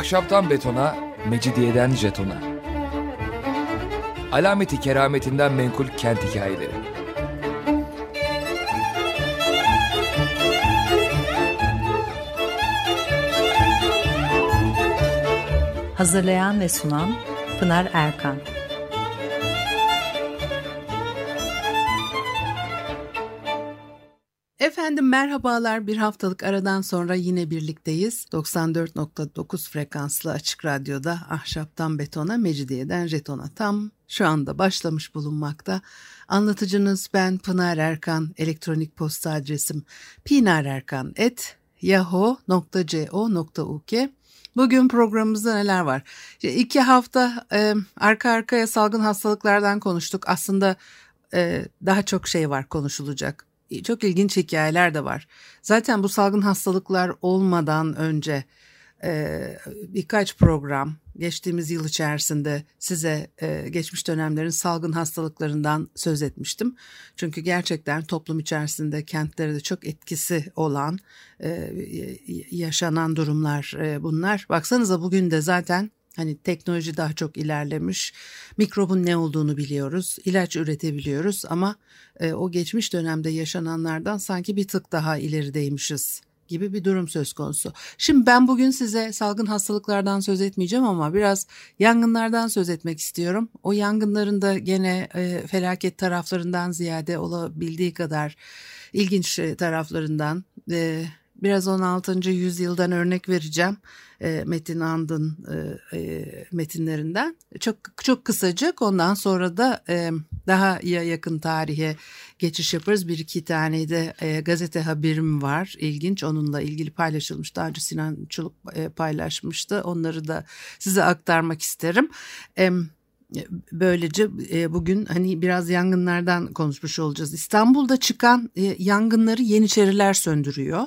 Ahşaptan betona, mecidiyeden jetona. Alameti kerametinden menkul kent hikayeleri. Hazırlayan ve sunan Pınar Erkan. Efendim merhabalar, bir haftalık aradan sonra yine birlikteyiz. 94.9 frekanslı Açık Radyo'da Ahşaptan Betona, Mecidiyeden Jeton'a tam şu anda başlamış bulunmakta. Anlatıcınız ben Pınar Erkan, elektronik posta adresim pinarerkan@yahoo.co.uk. Bugün programımızda neler var? 2 hafta arka arkaya salgın hastalıklardan konuştuk. Aslında daha çok şey var konuşulacak. Çok ilginç hikayeler de var. Zaten bu salgın hastalıklar olmadan önce birkaç program geçtiğimiz yıl içerisinde size geçmiş dönemlerin salgın hastalıklarından söz etmiştim. Çünkü gerçekten toplum içerisinde kentlere de çok etkisi olan yaşanan durumlar bunlar. Baksanıza bugün de zaten hani teknoloji daha çok ilerlemiş, mikrobun ne olduğunu biliyoruz, ilaç üretebiliyoruz ama o geçmiş dönemde yaşananlardan sanki bir tık daha ilerideymişiz gibi bir durum söz konusu. Şimdi ben bugün size salgın hastalıklardan söz etmeyeceğim ama biraz yangınlardan söz etmek istiyorum. O yangınların da gene felaket taraflarından ziyade olabildiği kadar ilginç taraflarından. Biraz 16. yüzyıldan örnek vereceğim. Metin And'ın metinlerinden. Çok kısacık, ondan sonra da daha yakın tarihe geçiş yaparız. Bir iki tane de gazete haberim var. İlginç, onunla ilgili paylaşılmış. Daha önce Sinan Çoluk paylaşmıştı. Onları da size aktarmak isterim. Böylece bugün hani biraz yangınlardan konuşmuş olacağız. İstanbul'da çıkan yangınları Yeniçeriler söndürüyor.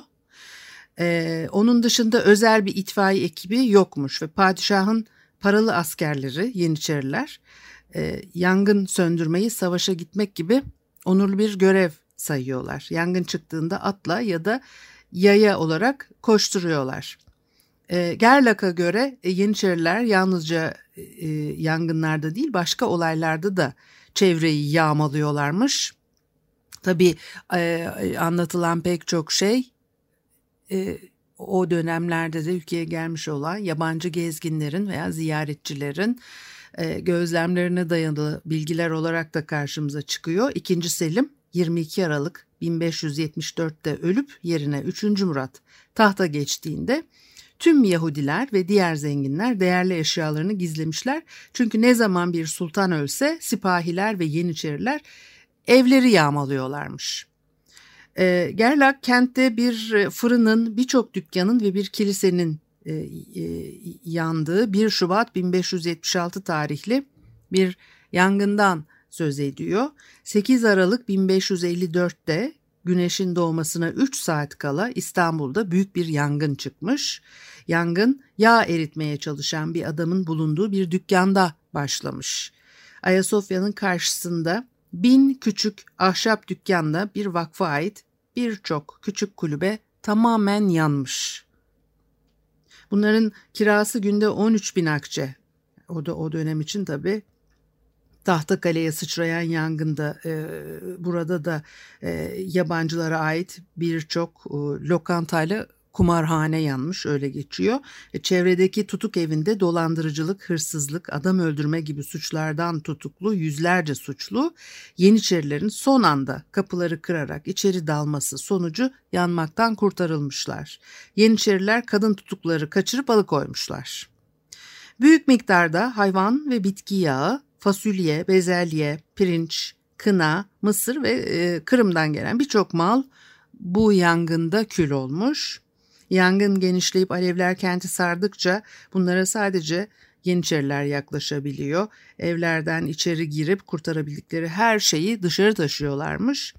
Onun dışında özel bir itfaiye ekibi yokmuş ve padişahın paralı askerleri, Yeniçeriler, yangın söndürmeyi savaşa gitmek gibi onurlu bir görev sayıyorlar. Yangın çıktığında atla ya da yaya olarak koşturuyorlar. Gerlach'a göre Yeniçeriler yalnızca yangınlarda değil başka olaylarda da çevreyi yağmalıyorlarmış. Tabii anlatılan pek çok şey o dönemlerde de ülkeye gelmiş olan yabancı gezginlerin veya ziyaretçilerin gözlemlerine dayalı bilgiler olarak da karşımıza çıkıyor. 2. Selim 22 Aralık 1574'te ölüp yerine 3. Murat tahta geçtiğinde tüm Yahudiler ve diğer zenginler değerli eşyalarını gizlemişler. Çünkü ne zaman bir sultan ölse sipahiler ve Yeniçeriler evleri yağmalıyorlarmış. Gerlach kentte bir fırının, birçok dükkanın ve bir kilisenin yandığı 1 Şubat 1576 tarihli bir yangından söz ediyor. 8 Aralık 1554'te güneşin doğmasına 3 saat kala İstanbul'da büyük bir yangın çıkmış. Yangın yağ eritmeye çalışan bir adamın bulunduğu bir dükkanda başlamış. Ayasofya'nın karşısında 1000 küçük ahşap dükkanda bir vakfa ait birçok küçük kulübe tamamen yanmış. Bunların kirası günde 13.000 akçe. O dönem için tabii. Tahtakale'ye sıçrayan yangında burada da yabancılara ait birçok lokantayla kumarhane yanmış, öyle geçiyor. Çevredeki tutuk evinde dolandırıcılık, hırsızlık, adam öldürme gibi suçlardan tutuklu yüzlerce suçlu Yeniçerilerin son anda kapıları kırarak içeri dalması sonucu yanmaktan kurtarılmışlar. Yeniçeriler kadın tutukları kaçırıp alıkoymuşlar. Büyük miktarda hayvan ve bitki yağı, fasulye, bezelye, pirinç, kına, mısır ve Kırım'dan gelen birçok mal bu yangında kül olmuş. Yangın genişleyip alevler kenti sardıkça bunlara sadece Yeniçeriler yaklaşabiliyor. Evlerden içeri girip kurtarabildikleri her şeyi dışarı taşıyorlarmış.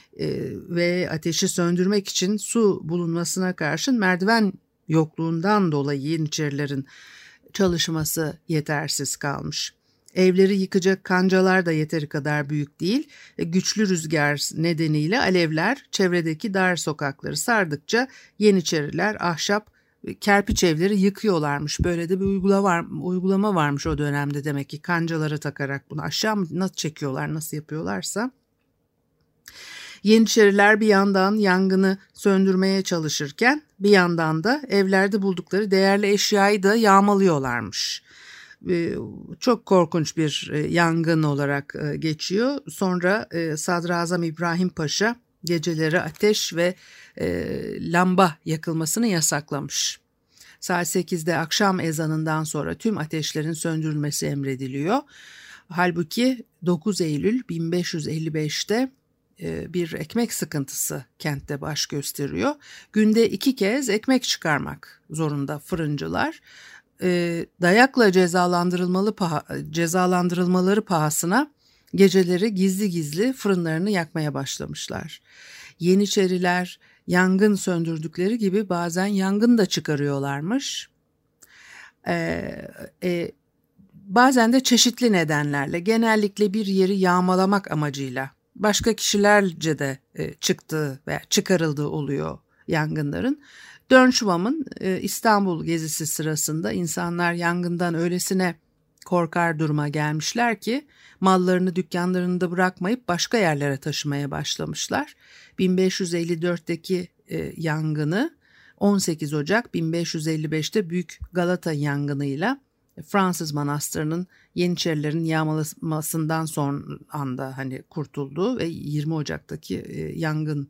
Ve ateşi söndürmek için su bulunmasına karşın merdiven yokluğundan dolayı Yeniçerilerin çalışması yetersiz kalmış. Evleri yıkacak kancalar da yeteri kadar büyük değil. Güçlü rüzgar nedeniyle alevler çevredeki dar sokakları sardıkça Yeniçeriler ahşap kerpiç evleri yıkıyorlarmış. Böyle de bir uygulama varmış o dönemde demek ki, kancalara takarak bunu aşağı mı nasıl çekiyorlar, nasıl yapıyorlarsa. Yeniçeriler bir yandan yangını söndürmeye çalışırken bir yandan da evlerde buldukları değerli eşyayı da yağmalıyorlarmış. Çok korkunç bir yangın olarak geçiyor. Sonra Sadrazam İbrahim Paşa geceleri ateş ve lamba yakılmasını yasaklamış. Saat 8'de akşam ezanından sonra tüm ateşlerin söndürülmesi emrediliyor. Halbuki 9 Eylül 1555'te bir ekmek sıkıntısı kentte baş gösteriyor. Günde 2 kez ekmek çıkarmak zorunda fırıncılar. Dayakla cezalandırılmaları pahasına geceleri gizli gizli fırınlarını yakmaya başlamışlar. Yeniçeriler yangın söndürdükleri gibi bazen yangın da çıkarıyorlarmış. Bazen de çeşitli nedenlerle, genellikle bir yeri yağmalamak amacıyla başka kişilerce de çıktığı veya çıkarıldığı oluyor yangınların. Dönşvam'ın İstanbul gezisi sırasında insanlar yangından öylesine korkar duruma gelmişler ki mallarını dükkanlarında bırakmayıp başka yerlere taşımaya başlamışlar. 1554'teki yangını 18 Ocak 1555'te Büyük Galata yangınıyla Fransız manastırının Yeniçerilerin yağmalamasından son anda kurtulduğu ve 20 Ocak'taki yangın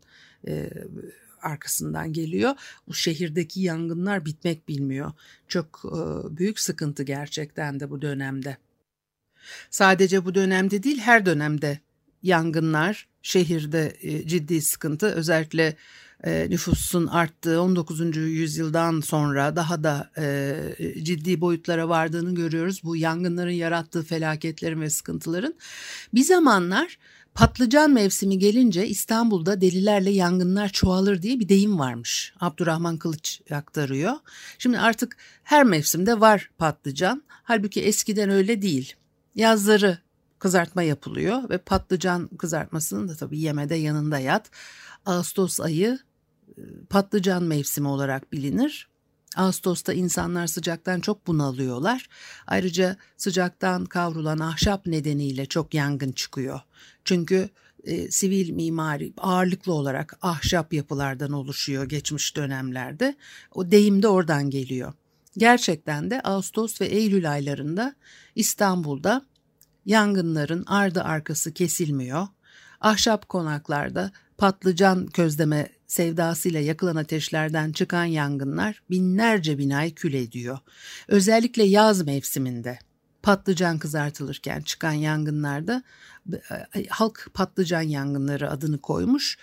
arkasından geliyor. Bu şehirdeki yangınlar bitmek bilmiyor. Çok büyük sıkıntı gerçekten de bu dönemde. Sadece bu dönemde değil, her dönemde yangınlar şehirde ciddi sıkıntı. Özellikle nüfusun arttığı 19. yüzyıldan sonra daha da ciddi boyutlara vardığını görüyoruz. Bu yangınların yarattığı felaketlerin ve sıkıntıların. Bir zamanlar patlıcan mevsimi gelince İstanbul'da delilerle yangınlar çoğalır diye bir deyim varmış. Abdurrahman Kılıç aktarıyor. Şimdi artık her mevsimde var patlıcan. Halbuki eskiden öyle değil. Yazları kızartma yapılıyor ve patlıcan kızartmasının da tabii yemede yanında yat. Ağustos ayı patlıcan mevsimi olarak bilinir. Ağustos'ta insanlar sıcaktan çok bunalıyorlar. Ayrıca sıcaktan kavrulan ahşap nedeniyle çok yangın çıkıyor. Çünkü sivil mimari ağırlıklı olarak ahşap yapılardan oluşuyor geçmiş dönemlerde. O deyim de oradan geliyor. Gerçekten de Ağustos ve Eylül aylarında İstanbul'da yangınların ardı arkası kesilmiyor. Ahşap konaklarda patlıcan közleme sevdasıyla yakılan ateşlerden çıkan yangınlar binlerce binayı kül ediyor. Özellikle yaz mevsiminde patlıcan kızartılırken çıkan yangınlarda halk patlıcan yangınları adını koymuş.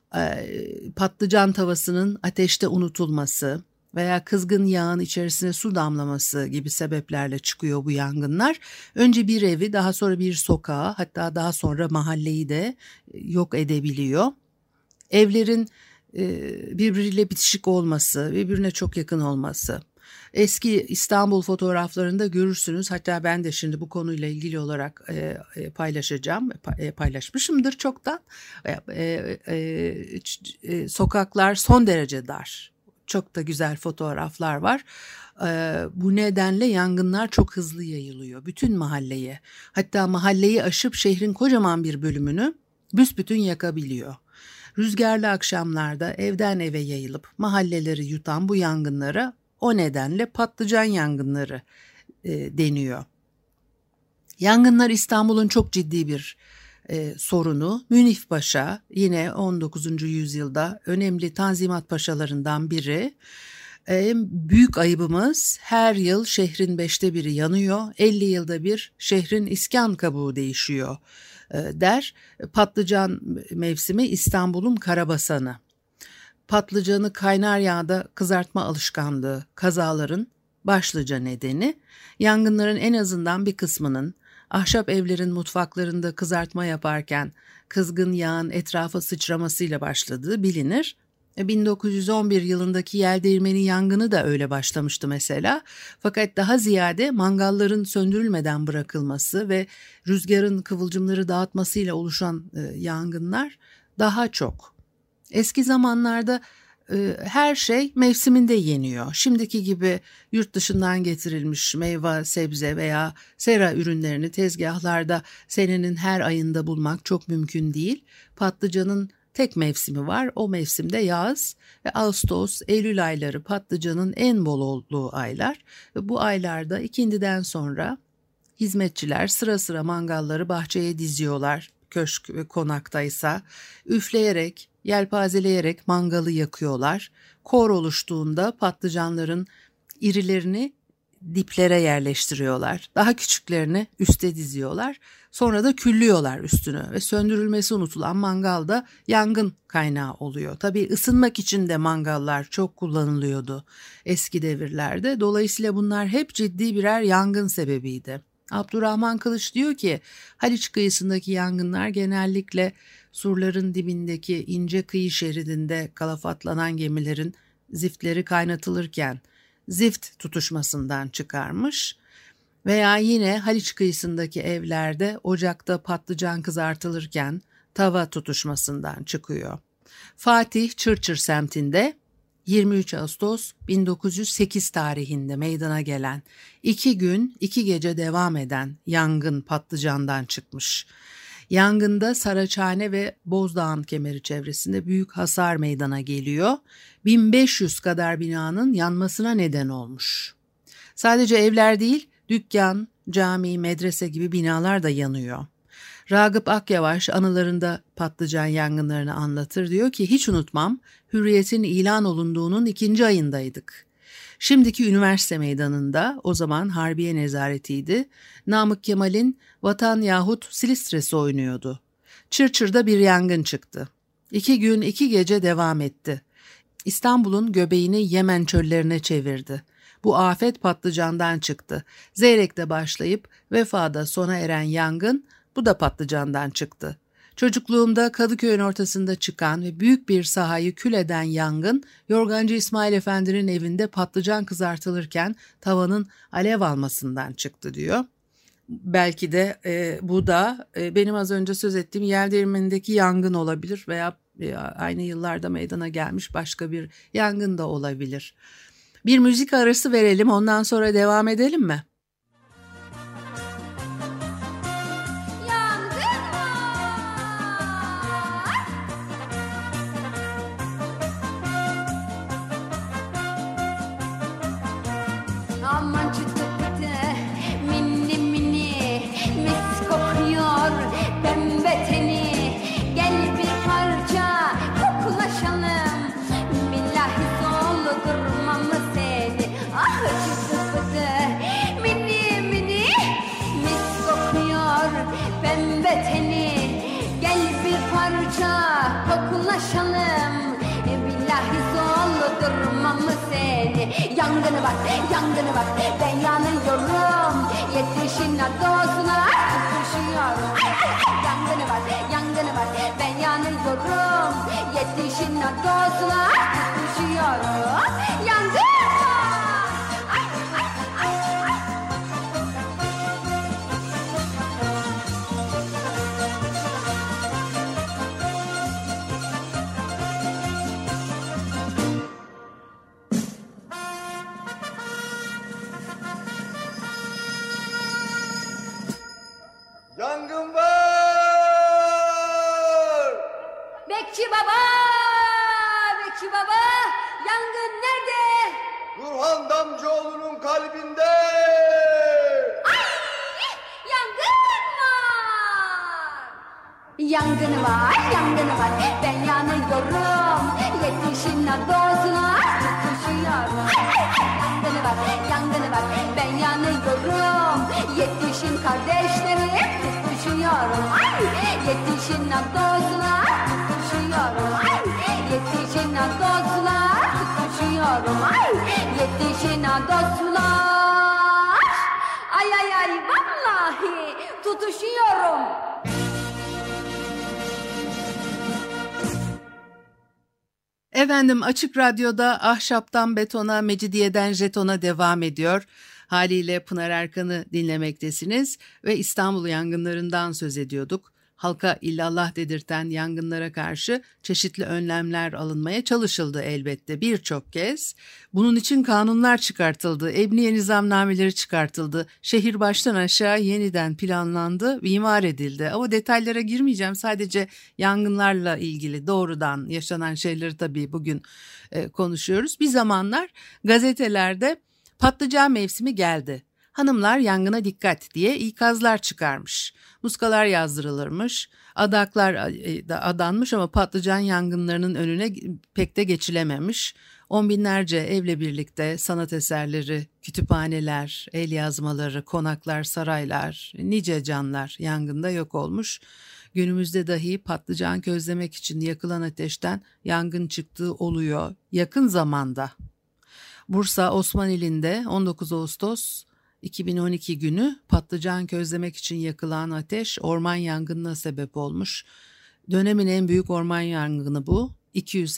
Patlıcan tavasının ateşte unutulması veya kızgın yağın içerisine su damlaması gibi sebeplerle çıkıyor bu yangınlar. Önce bir evi, daha sonra bir sokağı, hatta daha sonra mahalleyi de yok edebiliyor. Evlerin birbiriyle bitişik olması, birbirine çok yakın olması. Eski İstanbul fotoğraflarında görürsünüz. Hatta ben de şimdi bu konuyla ilgili olarak paylaşacağım. Paylaşmışımdır çoktan. Sokaklar son derece dar. Çok da güzel fotoğraflar var. Bu nedenle yangınlar çok hızlı yayılıyor bütün mahalleye. Hatta mahalleyi aşıp şehrin kocaman bir bölümünü büsbütün yakabiliyor. Rüzgarlı akşamlarda evden eve yayılıp mahalleleri yutan bu yangınlara o nedenle patlıcan yangınları deniyor. Yangınlar İstanbul'un çok ciddi bir sorunu. Münif Paşa yine 19. yüzyılda önemli tanzimat paşalarından biri. Büyük ayıbımız, her yıl şehrin 1/5 yanıyor, 50 yılda bir şehrin iskan kabuğu değişiyor der. Patlıcan mevsimi İstanbul'un karabasanı. Patlıcanı kaynar yağda kızartma alışkanlığı kazaların başlıca nedeni. Yangınların en azından bir kısmının ahşap evlerin mutfaklarında kızartma yaparken kızgın yağın etrafa sıçramasıyla başladığı bilinir. 1911 yılındaki Yeldeğirmeni yangını da öyle başlamıştı mesela. Fakat daha ziyade mangalların söndürülmeden bırakılması ve rüzgarın kıvılcımları dağıtmasıyla oluşan yangınlar daha çok. Eski zamanlarda her şey mevsiminde yeniyor. Şimdiki gibi yurt dışından getirilmiş meyve, sebze veya sera ürünlerini tezgahlarda senenin her ayında bulmak çok mümkün değil. Patlıcanın tek mevsimi var. O mevsimde yaz ve Ağustos, Eylül ayları patlıcanın en bol olduğu aylar. Ve bu aylarda ikindiden sonra hizmetçiler sıra sıra mangalları bahçeye diziyorlar. Köşk ve konaktaysa üfleyerek, yelpazeleyerek mangalı yakıyorlar. Kor oluştuğunda patlıcanların irilerini diplere yerleştiriyorlar. Daha küçüklerini üste diziyorlar. Sonra da küllüyorlar üstünü ve söndürülmesi unutulan mangal da yangın kaynağı oluyor. Tabii ısınmak için de mangallar çok kullanılıyordu eski devirlerde. Dolayısıyla bunlar hep ciddi birer yangın sebebiydi. Abdurrahman Kılıç diyor ki Haliç kıyısındaki yangınlar genellikle surların dibindeki ince kıyı şeridinde kalafatlanan gemilerin ziftleri kaynatılırken zift tutuşmasından çıkarmış veya yine Haliç kıyısındaki evlerde ocakta patlıcan kızartılırken tava tutuşmasından çıkıyor. Fatih Çırçır semtinde 23 Ağustos 1908 tarihinde meydana gelen 2 gün 2 gece devam eden yangın patlıcandan çıkmış. Yangında Saraçhane ve Bozdağ'ın kemeri çevresinde büyük hasar meydana geliyor. 1500 kadar binanın yanmasına neden olmuş. Sadece evler değil, dükkan, cami, medrese gibi binalar da yanıyor. Ragıp Akyavaş anılarında patlıcan yangınlarını anlatır. Diyor ki hiç unutmam, Hürriyet'in ilan olunduğunun 2. ayındaydık. Şimdiki üniversite meydanında, o zaman Harbiye Nezaretiydi, Namık Kemal'in Vatan yahut Silistre'si oynuyordu. Çırçır'da bir yangın çıktı. 2 gün 2 gece devam etti. İstanbul'un göbeğini Yemen çöllerine çevirdi. Bu afet patlıcandan çıktı. Zeyrek'te başlayıp Vefa'da sona eren yangın bu da patlıcandan çıktı. Çocukluğumda Kadıköy'ün ortasında çıkan ve büyük bir sahayı kül eden yangın, Yorgancı İsmail Efendi'nin evinde patlıcan kızartılırken tavanın alev almasından çıktı diyor. Belki de bu da benim az önce söz ettiğim Yeldirmeni'ndeki yangın olabilir veya aynı yıllarda meydana gelmiş başka bir yangın da olabilir. Bir müzik arası verelim, ondan sonra devam edelim mi? Aman çıtı pıtı, mini mini, mis kokuyor pembe teni. Gel bir parça kokulaşalım, billahi soldurmam mı seni? Ah çıtı pıtı, mini mini, mis kokuyor pembe teni. Gel bir parça kokulaşalım, billahi soldurmam mı seni? Yangını bak, yangını bak, ben yanıyorum. Yetişin adosuna tutuşuyorum. Ay ay ay, yangını bak, yangını bak, ben yanıyorum. Yetişin adosuna tutuşuyorum. Yangın var. Ay ay ay ay. Yangın var! Bekçi baba! Bekçi baba! Yangın nerede? Burhan Damcıoğlu'nun kalbinde! Ay! Yangın var! Yangını var, yangını var, ben yanıyorum. Yetişin adosuna tutuşuyorum. Ay ay ay! Yangını var, yangını var, ben yanıyorum. Yetişin kardeşlerim tutuşuyorum. Ay! Yetişin adosuna tutuşuyorum. Ay! Yetişin adosuna tutuşuyorum. Ay! Yetişin adoslar. Ay ay ay, vallahi tutuşuyorum. Efendim Açık Radyo'da Ahşaptan Betona, Mecidiyeden Jeton'a devam ediyor. Haliyle Pınar Erkan'ı dinlemektesiniz ve İstanbul yangınlarından söz ediyorduk. halka illallah dedirten yangınlara karşı çeşitli önlemler alınmaya çalışıldı elbette birçok kez. Bunun için kanunlar çıkartıldı, emniye nizamnameleri çıkartıldı, şehir baştan aşağı yeniden planlandı, imar edildi. Ama detaylara girmeyeceğim, sadece yangınlarla ilgili doğrudan yaşanan şeyleri tabii bugün konuşuyoruz. Bir zamanlar gazetelerde patlıcan mevsimi geldi. Hanımlar yangına dikkat diye ikazlar çıkarmış. Muskalar yazdırılırmış, adaklar da adanmış ama patlıcan yangınlarının önüne pek de geçilememiş. On binlerce evle birlikte sanat eserleri, kütüphaneler, el yazmaları, konaklar, saraylar, nice canlar yangında yok olmuş. Günümüzde dahi patlıcan közlemek için yakılan ateşten yangın çıktığı oluyor yakın zamanda. Bursa Osmanili'nde 19 Ağustos 2012 günü patlıcan közlemek için yakılan ateş orman yangınına sebep olmuş. Dönemin en büyük orman yangını bu. 200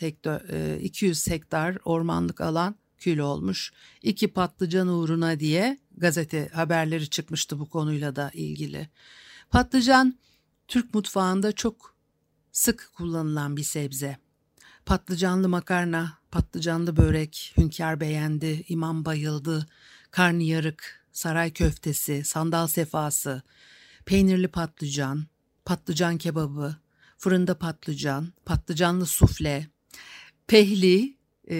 hektar ormanlık alan kül olmuş. 2 patlıcan uğruna diye gazete haberleri çıkmıştı bu konuyla da ilgili. Patlıcan Türk mutfağında çok sık kullanılan bir sebze. Patlıcanlı makarna, patlıcanlı börek, hünkâr beğendi, imam bayıldı, karnıyarık, saray köftesi, sandal sefası, peynirli patlıcan, patlıcan kebabı, fırında patlıcan, patlıcanlı sufle, pehli,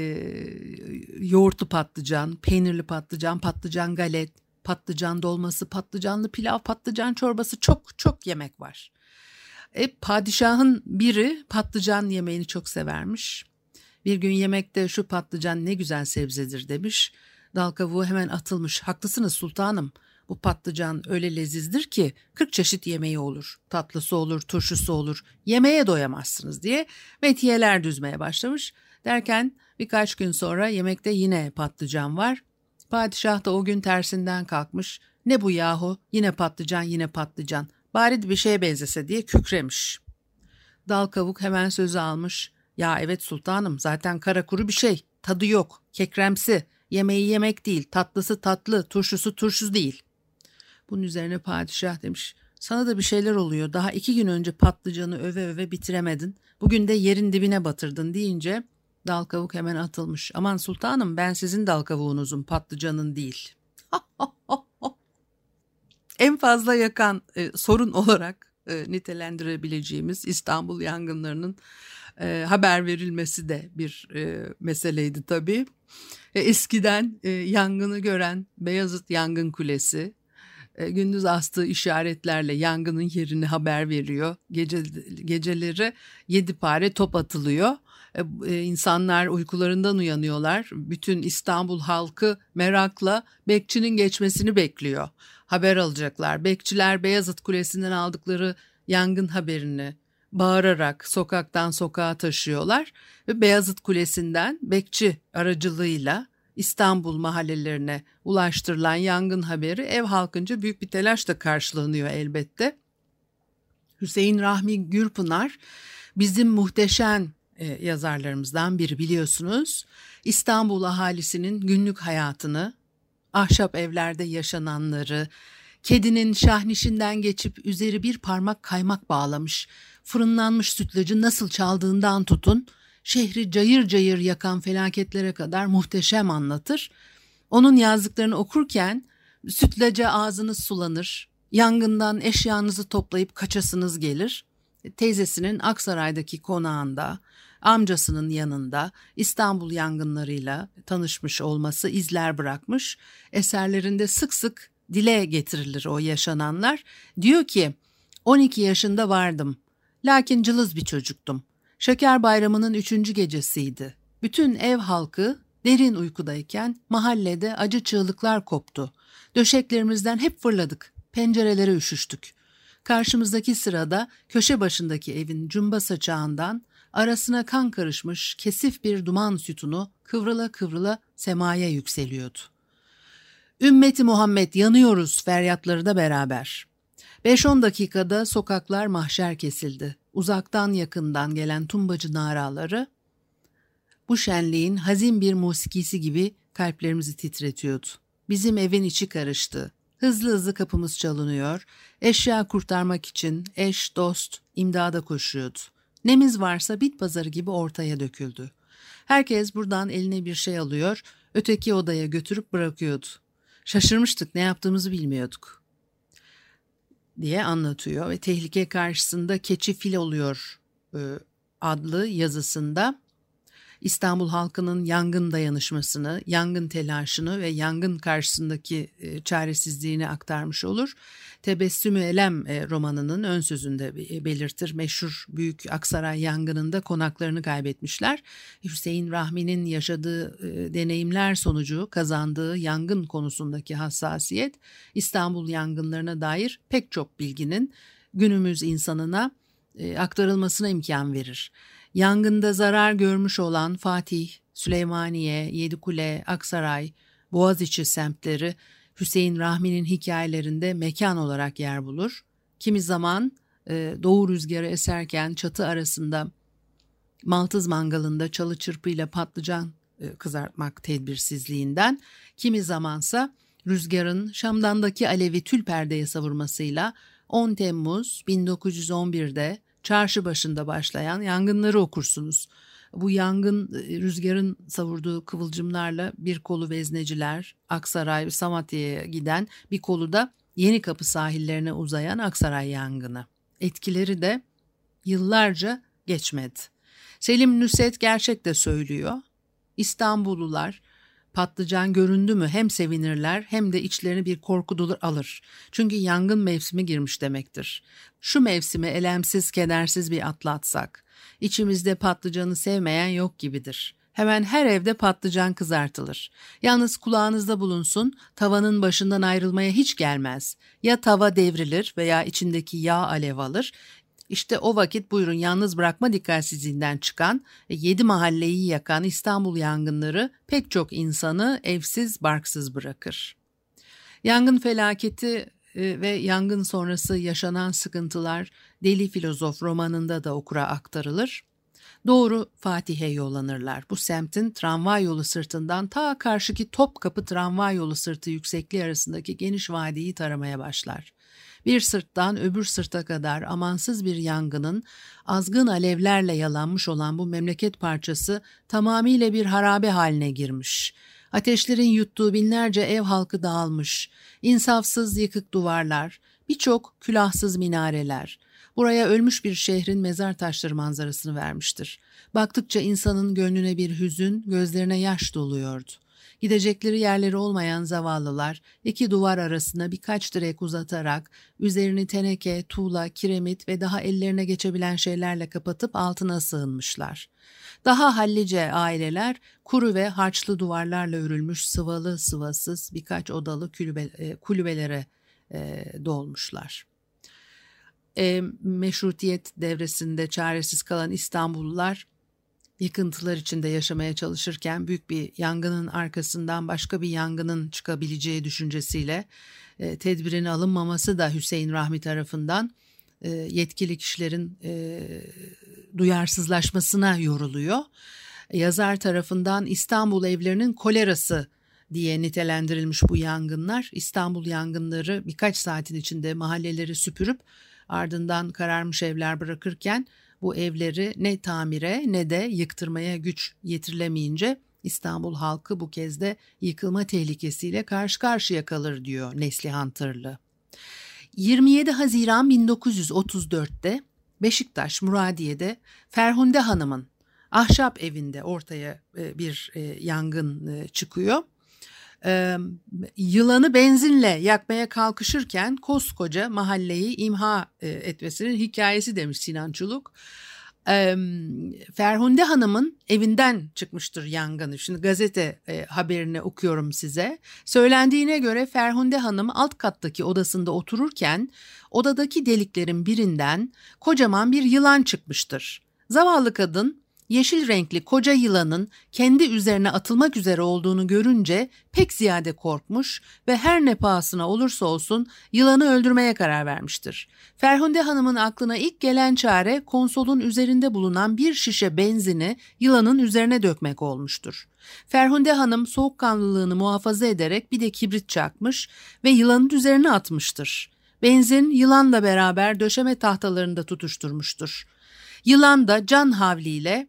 yoğurtlu patlıcan, peynirli patlıcan, patlıcan galet, patlıcan dolması, patlıcanlı pilav, patlıcan çorbası, çok yemek var. Padişahın biri patlıcan yemeğini çok severmiş. Bir gün yemekte şu patlıcan ne güzel sebzedir demiş. Dal kavuğu hemen atılmış. Haklısınız sultanım. Bu patlıcan öyle lezizdir ki 40 çeşit yemeği olur. Tatlısı olur, turşusu olur. Yemeğe doyamazsınız diye metiyeler düzmeye başlamış. Derken birkaç gün sonra yemekte yine patlıcan var. Padişah da o gün tersinden kalkmış. Ne bu yahu? Yine patlıcan, yine patlıcan. Bari bir şeye benzese diye kükremiş. Dal kavuk hemen sözü almış. Ya evet sultanım, zaten kara kuru bir şey. Tadı yok, kekremsi. Yemeği yemek değil, tatlısı tatlı, turşusu turşu değil. Bunun üzerine padişah demiş. Sana da bir şeyler oluyor. Daha 2 gün önce patlıcanı öve öve bitiremedin. Bugün de yerin dibine batırdın deyince dal kavuk hemen atılmış. Aman sultanım, ben sizin dal kavuğunuzum, patlıcanın değil. En fazla yakan sorun olarak nitelendirebileceğimiz İstanbul yangınlarının haber verilmesi de bir meseleydi tabii. Eskiden yangını gören Beyazıt Yangın Kulesi gündüz astığı işaretlerle yangının yerini haber veriyor. Geceleri 7 pare top atılıyor. İnsanlar uykularından uyanıyorlar. Bütün İstanbul halkı merakla bekçinin geçmesini bekliyor. Haber alacaklar. Bekçiler Beyazıt Kulesi'nden aldıkları yangın haberini bağırarak sokaktan sokağa taşıyorlar ve Beyazıt Kulesi'nden bekçi aracılığıyla İstanbul mahallelerine ulaştırılan yangın haberi ev halkınca büyük bir telaşla karşılanıyor elbette. Hüseyin Rahmi Gürpınar bizim muhteşem yazarlarımızdan biri biliyorsunuz. İstanbul ahalisinin günlük hayatını, ahşap evlerde yaşananları, kedinin şahnişinden geçip üzeri bir parmak kaymak bağlamış, fırınlanmış sütlacı nasıl çaldığından tutun, şehri cayır cayır yakan felaketlere kadar muhteşem anlatır. Onun yazdıklarını okurken sütlaca ağzınız sulanır, yangından eşyanızı toplayıp kaçasınız gelir. Teyzesinin Aksaray'daki konağında, amcasının yanında İstanbul yangınlarıyla tanışmış olması izler bırakmış. Eserlerinde sık sık dile getirilir o yaşananlar. Diyor ki 12 yaşında vardım. Lakin cılız bir çocuktum. Şeker Bayramı'nın 3. gecesiydi. Bütün ev halkı derin uykudayken mahallede acı çığlıklar koptu. Döşeklerimizden hep fırladık. Pencerelere üşüştük. Karşımızdaki sırada köşe başındaki evin cumba saçağından arasına kan karışmış kesif bir duman sütunu kıvrıla kıvrıla semaya yükseliyordu. Ümmeti Muhammed yanıyoruz feryatları da beraber. 5-10 dakikada sokaklar mahşer kesildi. Uzaktan yakından gelen tumbacı naraları bu şenliğin hazin bir musikisi gibi kalplerimizi titretiyordu. Bizim evin içi karıştı. Hızlı hızlı kapımız çalınıyor. Eşya kurtarmak için eş, dost imdada koşuyordu. Nemiz varsa bit pazarı gibi ortaya döküldü. Herkes buradan eline bir şey alıyor, öteki odaya götürüp bırakıyordu. Şaşırmıştık, ne yaptığımızı bilmiyorduk diye anlatıyor ve tehlike karşısında keçi fil oluyor adlı yazısında İstanbul halkının yangın dayanışmasını, yangın telaşını ve yangın karşısındaki çaresizliğini aktarmış olur. Tebessüm-ü Elem romanının ön sözünde belirtir. Meşhur Büyük Aksaray yangınında konaklarını kaybetmişler. Hüseyin Rahmi'nin yaşadığı deneyimler sonucu kazandığı yangın konusundaki hassasiyet, İstanbul yangınlarına dair pek çok bilginin günümüz insanına aktarılmasına imkan verir. Yangında zarar görmüş olan Fatih, Süleymaniye, Yedikule, Aksaray, Boğaziçi semtleri Hüseyin Rahmi'nin hikayelerinde mekan olarak yer bulur. Kimi zaman doğu rüzgarı eserken çatı arasında Maltız mangalında çalı çırpıyla patlıcan kızartmak tedbirsizliğinden, kimi zamansa rüzgarın Şam'dandaki alevi tül perdeye savurmasıyla 10 Temmuz 1911'de çarşı başında başlayan yangınları okursunuz. Bu yangın rüzgarın savurduğu kıvılcımlarla bir kolu Vezneciler, Aksaray, Samatya'ya giden, bir kolu da Yenikapı sahillerine uzayan Aksaray yangını. Etkileri de yıllarca geçmedi. Selim Nusret Gerçek de söylüyor. İstanbullular patlıcan göründü mü hem sevinirler hem de içlerini bir korku alır. Çünkü yangın mevsimi girmiş demektir. Şu mevsimi elemsiz, kedersiz bir atlatsak, içimizde patlıcanı sevmeyen yok gibidir. Hemen her evde patlıcan kızartılır. Yalnız kulağınızda bulunsun, tavanın başından ayrılmaya hiç gelmez. Ya tava devrilir veya içindeki yağ alev alır. İşte o vakit buyurun yalnız bırakma dikkatsizliğinden çıkan, 7 mahalleyi yakan İstanbul yangınları pek çok insanı evsiz barksız bırakır. Yangın felaketi ve yangın sonrası yaşanan sıkıntılar Deli Filozof romanında da okura aktarılır. Doğru Fatih'e yollanırlar. Bu semtin tramvay yolu sırtından ta karşıki Topkapı tramvay yolu sırtı yüksekliği arasındaki geniş vadiyi taramaya başlar. Bir sırttan öbür sırta kadar amansız bir yangının azgın alevlerle yalanmış olan bu memleket parçası tamamıyla bir harabe haline girmiş. Ateşlerin yuttuğu binlerce ev halkı dağılmış, insafsız yıkık duvarlar, birçok külahsız minareler. Buraya ölmüş bir şehrin mezar taşları manzarasını vermiştir. Baktıkça insanın gönlüne bir hüzün, gözlerine yaş doluyordu. Gidecekleri yerleri olmayan zavallılar 2 duvar arasına birkaç direk uzatarak üzerini teneke, tuğla, kiremit ve daha ellerine geçebilen şeylerle kapatıp altına sığınmışlar. Daha hallice aileler kuru ve harçlı duvarlarla örülmüş sıvalı sıvasız birkaç odalı kulübelere dolmuşlar. Meşrutiyet devresinde çaresiz kalan İstanbullular yıkıntılar içinde yaşamaya çalışırken büyük bir yangının arkasından başka bir yangının çıkabileceği düşüncesiyle tedbirin alınmaması da Hüseyin Rahmi tarafından yetkili kişilerin duyarsızlaşmasına yoruluyor. Yazar tarafından İstanbul evlerinin kolerası diye nitelendirilmiş bu yangınlar. İstanbul yangınları birkaç saatin içinde mahalleleri süpürüp ardından kararmış evler bırakırken bu evleri ne tamire ne de yıktırmaya güç yetirilemeyince İstanbul halkı bu kez de yıkılma tehlikesiyle karşı karşıya kalır diyor Neslihan Tırlı. 27 Haziran 1934'te Beşiktaş Muradiye'de Ferhunde Hanım'ın ahşap evinde ortaya bir yangın çıkıyor. Yılanı benzinle yakmaya kalkışırken koskoca mahalleyi imha etmesinin hikayesi demiş Sinan Çuluk. Ferhunde Hanım'ın evinden çıkmıştır yangını. Şimdi gazete haberini okuyorum size. Söylendiğine göre Ferhunde Hanım alt kattaki odasında otururken odadaki deliklerin birinden kocaman bir yılan çıkmıştır. Zavallı kadın yeşil renkli koca yılanın kendi üzerine atılmak üzere olduğunu görünce pek ziyade korkmuş ve her ne pahasına olursa olsun yılanı öldürmeye karar vermiştir. Ferhunde Hanım'ın aklına ilk gelen çare konsolun üzerinde bulunan bir şişe benzini yılanın üzerine dökmek olmuştur. Ferhunde Hanım soğukkanlılığını muhafaza ederek bir de kibrit çakmış ve yılanın üzerine atmıştır. Benzin yılanla beraber döşeme tahtalarında tutuşturmuştur. Yılan da can havliyle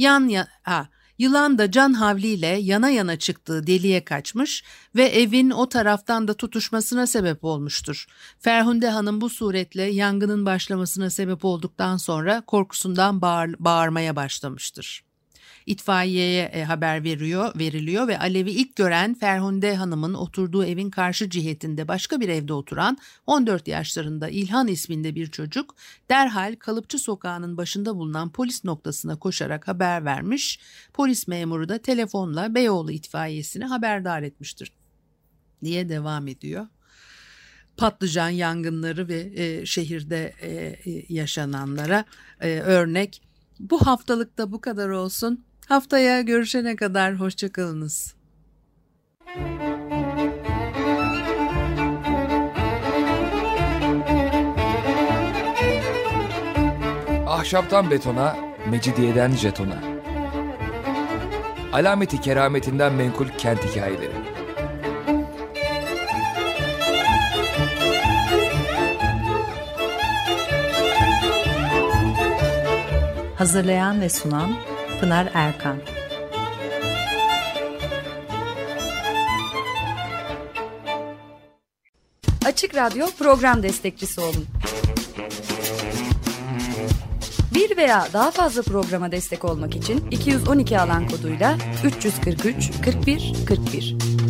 yana yana çıktığı deliğe kaçmış ve evin o taraftan da tutuşmasına sebep olmuştur. Ferhunde Hanım bu suretle yangının başlamasına sebep olduktan sonra korkusundan bağırmaya başlamıştır. İtfaiyeye haber veriliyor ve alevi ilk gören Ferhunde Hanım'ın oturduğu evin karşı cihetinde başka bir evde oturan 14 yaşlarında İlhan isminde bir çocuk derhal Kalıpçı Sokağı'nın başında bulunan polis noktasına koşarak haber vermiş, polis memuru da telefonla Beyoğlu itfaiyesini haberdar etmiştir diye devam ediyor. Patlıcan yangınları ve şehirde yaşananlara örnek. Bu haftalıkta bu kadar olsun. Haftaya görüşene kadar hoşça kalınız. Ahşaptan betona, mecidiyeden jetona. Alameti kerametinden menkul kent hikayeleri. Hazırlayan ve sunan Pınar Erkan. Açık Radyo program destekçisi olun. Bir veya daha fazla programa destek olmak için 212 alan koduyla 343 41 41.